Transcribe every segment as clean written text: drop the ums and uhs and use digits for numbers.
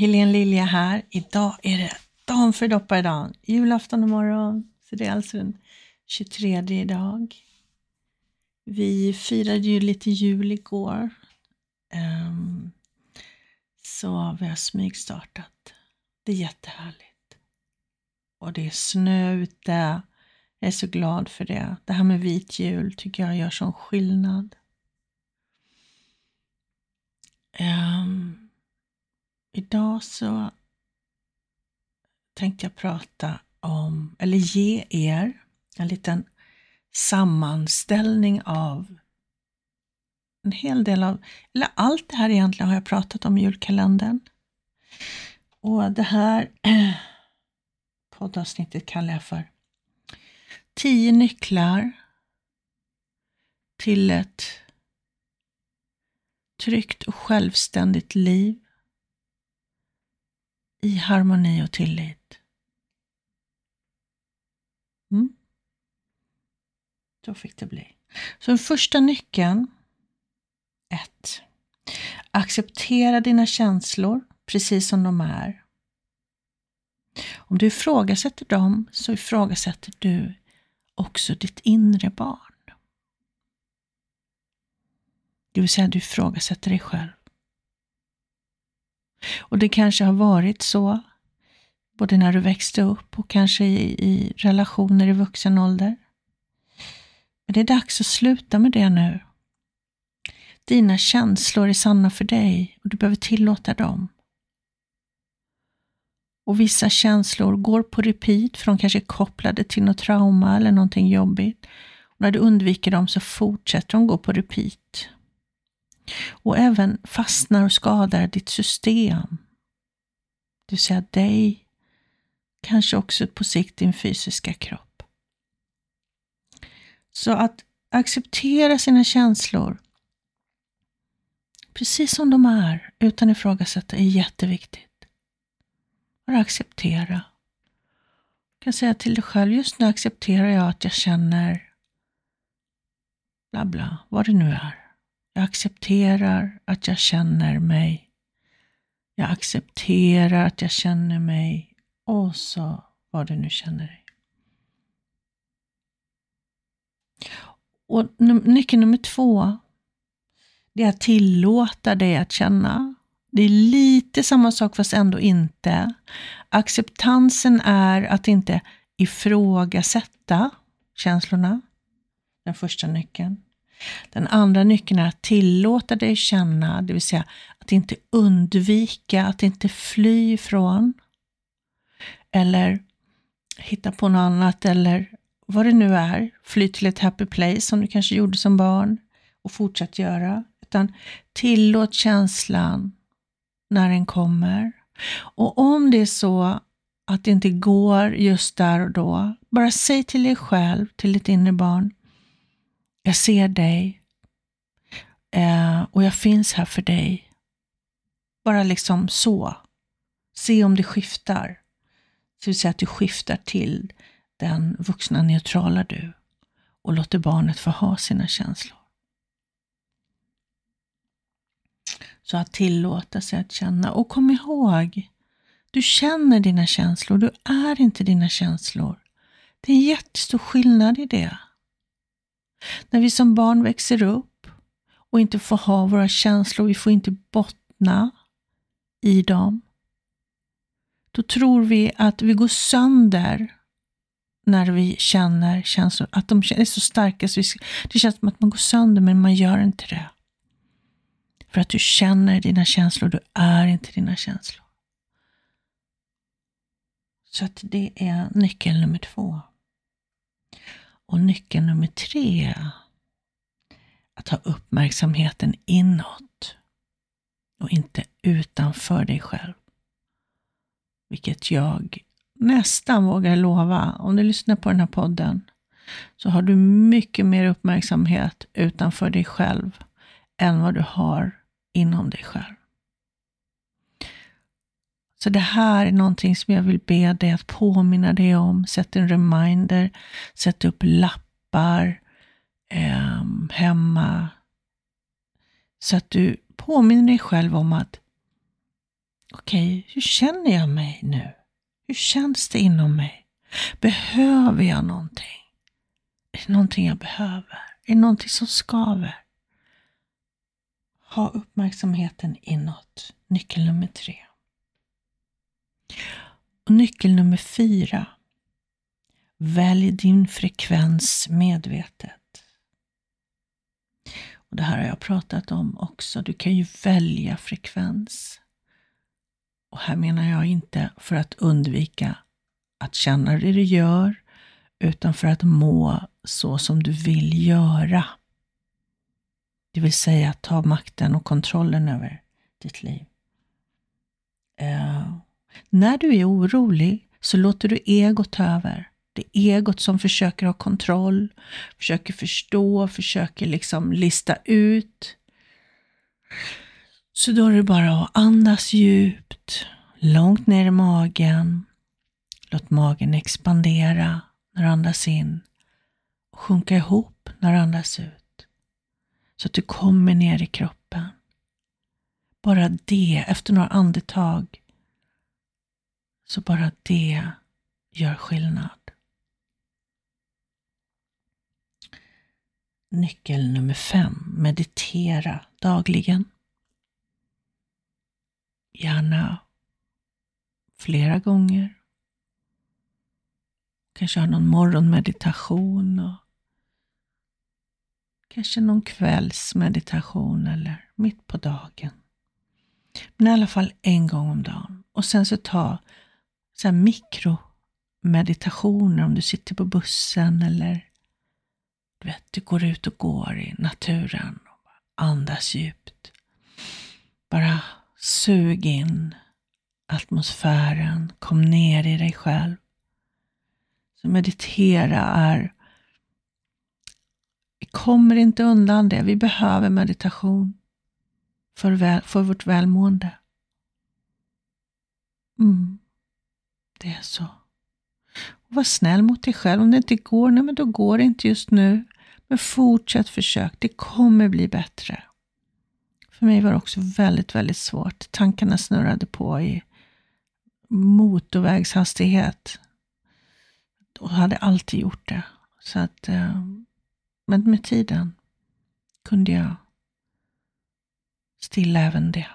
Helene Lilja här. Idag är det dagen för dopparedagen. Julafton imorgon. Så det är alltså den 23 idag. Vi firade ju lite jul igår. Så vi har smygstartat. Det är jättehärligt. Och det är snö ute. Jag är så glad för det. Det här med vit jul tycker jag gör sån skillnad. Idag så tänkte jag prata om, eller ge er en liten sammanställning av en hel del av, eller allt det här egentligen har jag pratat om i julkalendern. Och det här poddavsnittet kallar jag för 10 nycklar till ett tryggt och självständigt liv i harmoni och tillit. Så fick det bli. Så den första nyckeln 1. Acceptera dina känslor precis som de är. Om du ifrågasätter dem så ifrågasätter du också ditt inre barn. Det vill säga du ifrågasätter dig själv. Och det kanske har varit så både när du växte upp och kanske i relationer i vuxen ålder. Men det är dags att sluta med det nu. Dina känslor är sanna för dig och du behöver tillåta dem. Och vissa känslor går på repeat för de kanske är kopplade till något trauma eller någonting jobbigt. Och när du undviker dem så fortsätter de gå på repeat. Och även fastnar och skadar ditt system. Det vill säga dig, kanske också på sikt din fysiska kropp. Så att acceptera sina känslor precis som de är utan ifrågasätta är jätteviktigt. Bara acceptera. Du kan säga till dig själv, just nu accepterar jag att jag känner bla bla, vad det nu är. Jag accepterar att jag känner mig. Jag accepterar att jag känner mig. Och så vad du nu känner dig. Och nyckel nummer 2. Det är att tillåta dig att känna. Det är lite samma sak fast ändå inte. Acceptansen är att inte ifrågasätta känslorna. Den första nyckeln. Den andra nyckeln är att tillåta dig känna, det vill säga att inte undvika, att inte fly ifrån. Eller hitta på något annat eller vad det nu är. Fly till ett happy place som du kanske gjorde som barn och fortsätt göra. Utan tillåt känslan när den kommer. Och om det är så att det inte går just där och då, bara säg till dig själv, till ditt inre barn. Jag ser dig och jag finns här för dig. Bara liksom så. Se om det skiftar. Så vill säga att du skiftar till den vuxna neutrala du. Och låter barnet få ha sina känslor. Så att tillåta sig att känna. Och kom ihåg, du känner dina känslor. Du är inte dina känslor. Det är en jättestor skillnad i det. När vi som barn växer upp och inte får ha våra känslor, vi får inte bottna i dem. Då tror vi att vi går sönder när vi känner känslor. Att de är så starka så det känns som att man går sönder, men man gör inte det. För att du känner dina känslor, du är inte dina känslor. Så att det är nyckel nummer 2. Och nyckel nummer 3. Att ha uppmärksamheten inåt. Och inte utanför dig själv. Vilket jag nästan vågar lova. Om du lyssnar på den här podden. Så har du mycket mer uppmärksamhet utanför dig själv. Än vad du har inom dig själv. Så det här är någonting som jag vill be dig att påminna dig om. Sätt en reminder. Sätt upp lappar hemma. Så att du påminner dig själv om att Okej, hur känner jag mig nu? Hur känns det inom mig? Behöver jag någonting? Är det någonting jag behöver? Är det någonting som skaver? Ha uppmärksamheten inåt. Nyckel nummer 3. Och nyckel nummer 4. Välj din frekvens medvetet. Och det här har jag pratat om också. Du kan ju välja frekvens. Och här menar jag inte för att undvika att känna det du gör, utan för att må så som du vill göra. Det vill säga att ta makten och kontrollen över ditt liv. När du är orolig så låter du egot ta över. Det är egot som försöker ha kontroll, försöker förstå, försöker liksom lista ut. Så då är det bara att andas djupt, långt ner i magen. Låt magen expandera när du andas in och sjunka ihop när du andas ut. Så att du kommer ner i kroppen. Bara det, efter några andetag, så bara det gör skillnad. Nyckel nummer 5. Meditera dagligen. Gärna flera gånger. Kanske ha någon morgonmeditation och kanske någon kvällsmeditation eller mitt på dagen. Men i alla fall en gång om dagen. Och sen så ta så här mikromeditationer om du sitter på bussen eller du går ut och går i naturen och andas djupt. Bara sug in atmosfären, kom ner i dig själv. Så meditera vi kommer inte undan det. Vi behöver meditation för vårt välmående. Det är så. Och var snäll mot dig själv. Om det inte går, men då går det inte just nu. Men fortsätt försök. Det kommer bli bättre. För mig var det också väldigt, väldigt svårt. Tankarna snurrade på i motorvägshastighet. Och hade alltid gjort det. Så att, men med tiden kunde jag stilla även det.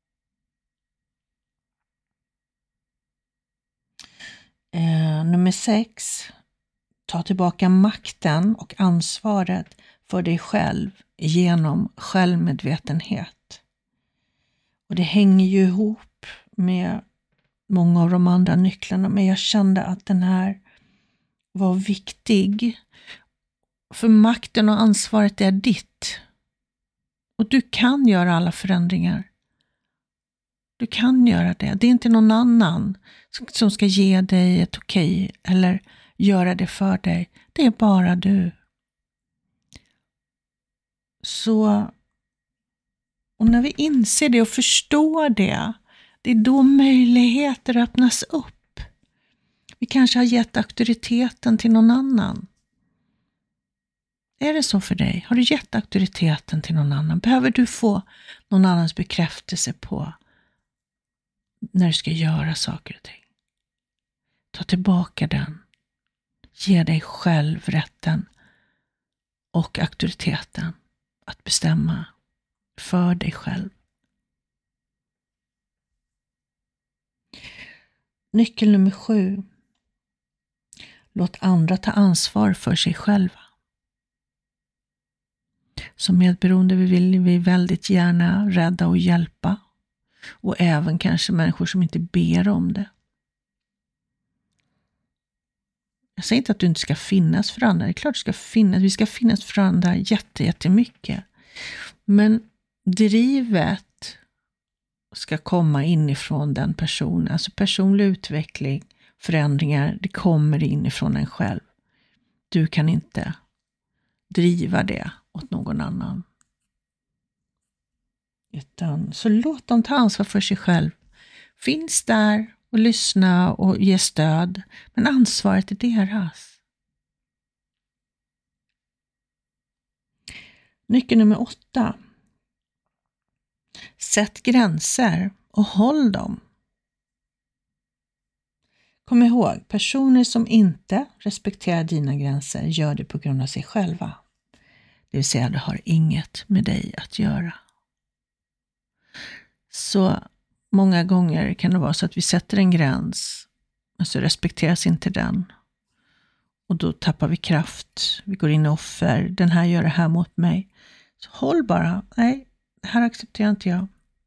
Nummer 6. Ta tillbaka makten och ansvaret för dig själv genom självmedvetenhet. Och det hänger ju ihop med många av de andra nycklarna, men jag kände att den här var viktig. För makten och ansvaret är ditt. Och du kan göra alla förändringar. Du kan göra det. Det är inte någon annan som ska ge dig ett okej eller göra det för dig. Det är bara du. Så, och när vi inser det och förstår det, det är då möjligheter öppnas upp. Vi kanske har gett auktoriteten till någon annan. Är det så för dig? Har du gett auktoriteten till någon annan? Behöver du få någon annans bekräftelse på när du ska göra saker och ting? Ta tillbaka den. Ge dig själv rätten och auktoriteten att bestämma för dig själv. Nyckel nummer 7. Låt andra ta ansvar för sig själva. Som medberoende vill vi väldigt gärna rädda och hjälpa. Och även kanske människor som inte ber om det. Jag säger inte att du inte ska finnas för andra. Det är klart du ska finnas. Vi ska finnas för andra jättemycket. Men drivet ska komma inifrån den personen. Alltså personlig utveckling, förändringar, det kommer inifrån en själv. Du kan inte driva det åt någon annan. Så låt dem ta ansvar för sig själv. Finns där och lyssna och ge stöd. Men ansvaret är deras. Nyckel nummer 8. Sätt gränser och håll dem kom ihåg, personer som inte respekterar dina gränser gör det på grund av sig själva. Det vill säga, det har inget med dig att göra. Så många gånger kan det vara så att vi sätter en gräns, men så respekteras inte den. Och då tappar vi kraft, vi går in i offer, den här gör det här mot mig. Så håll bara, nej, det här accepterar inte jag.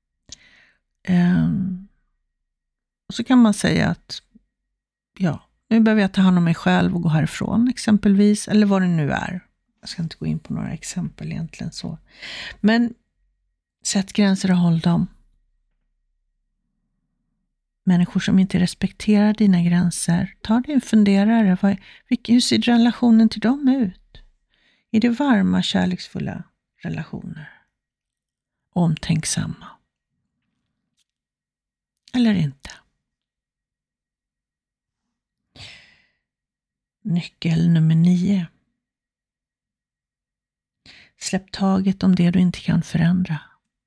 Och så kan man säga att nu behöver jag ta hand om mig själv och gå härifrån exempelvis, eller vad det nu är. Jag ska inte gå in på några exempel egentligen så. Men sätt gränser och håll dem. Människor som inte respekterar dina gränser, ta dig en funderare. Hur ser relationen till dem ut? Är det varma, kärleksfulla relationer? Omtänksamma? Eller inte? Nyckel nummer 9. Släpp taget om det du inte kan förändra.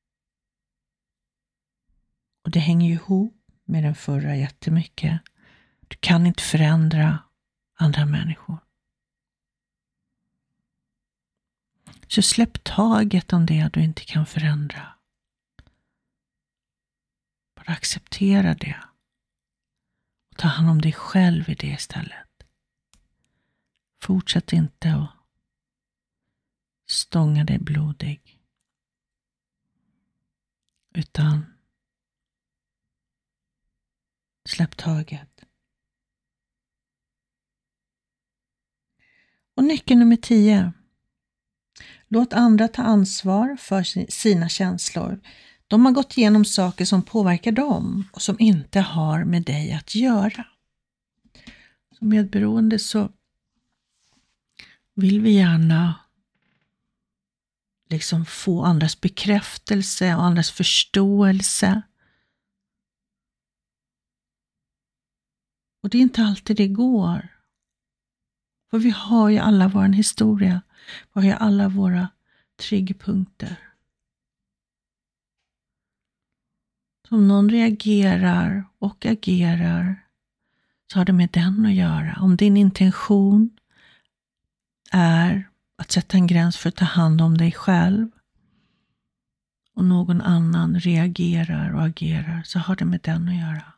Och det hänger ju ihop med den förra jättemycket. Du kan inte förändra andra människor. Så släpp taget om det du inte kan förändra. Bara acceptera det. Och ta hand om dig själv i det istället. Fortsätt inte att stånga dig blodig. Utan släpp taget. Och nyckel nummer 10. Låt andra ta ansvar för sina känslor. De har gått igenom saker som påverkar dem och som inte har med dig att göra. Som medberoende så vill vi gärna liksom få andras bekräftelse och andras förståelse. Och det är inte alltid det går. För vi har ju alla vår historia. Vi har ju alla våra triggpunkter. Så om någon reagerar och agerar så har det med den att göra. Om din intention är att sätta en gräns för att ta hand om dig själv och någon annan reagerar och agerar så har det med den att göra.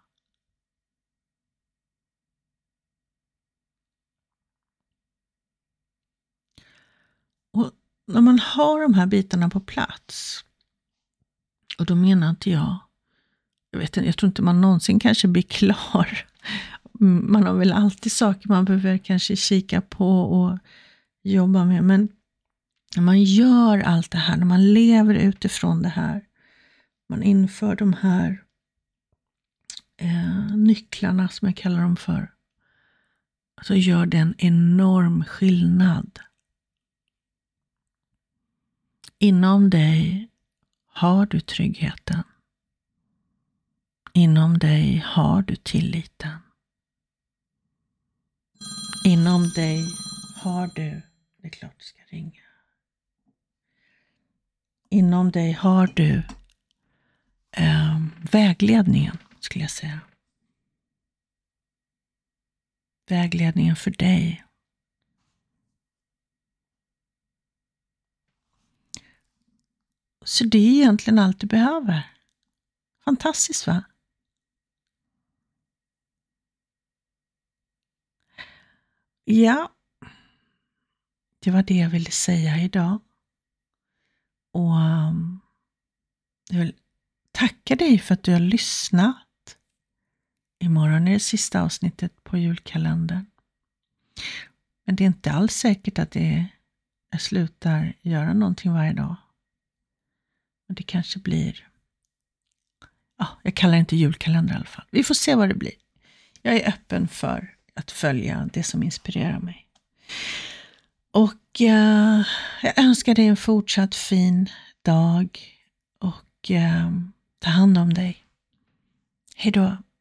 Och när man har de här bitarna på plats, och då menar inte jag tror inte man någonsin kanske blir klar. Man har väl alltid saker man behöver kanske kika på och jobba med. Men när man gör allt det här, när man lever utifrån det här, man inför de här nycklarna som jag kallar dem för, så gör det en enorm skillnad. Inom dig har du tryggheten. Inom dig har du tilliten. Inom dig har du, det är klart du ska ringa. Inom dig har du vägledningen, skulle jag säga. Vägledningen för dig. Så det är egentligen allt du behöver. Fantastiskt, va? Ja, det var det jag ville säga idag. Och jag vill tacka dig för att du har lyssnat. Imorgon är det sista avsnittet på julkalendern. Men det är inte alls säkert att jag slutar göra någonting varje dag. Men det kanske blir... jag kallar det inte julkalender i alla fall. Vi får se vad det blir. Jag är öppen för att följa det som inspirerar mig. Och jag önskar dig en fortsatt fin dag. Och ta hand om dig. Hej då.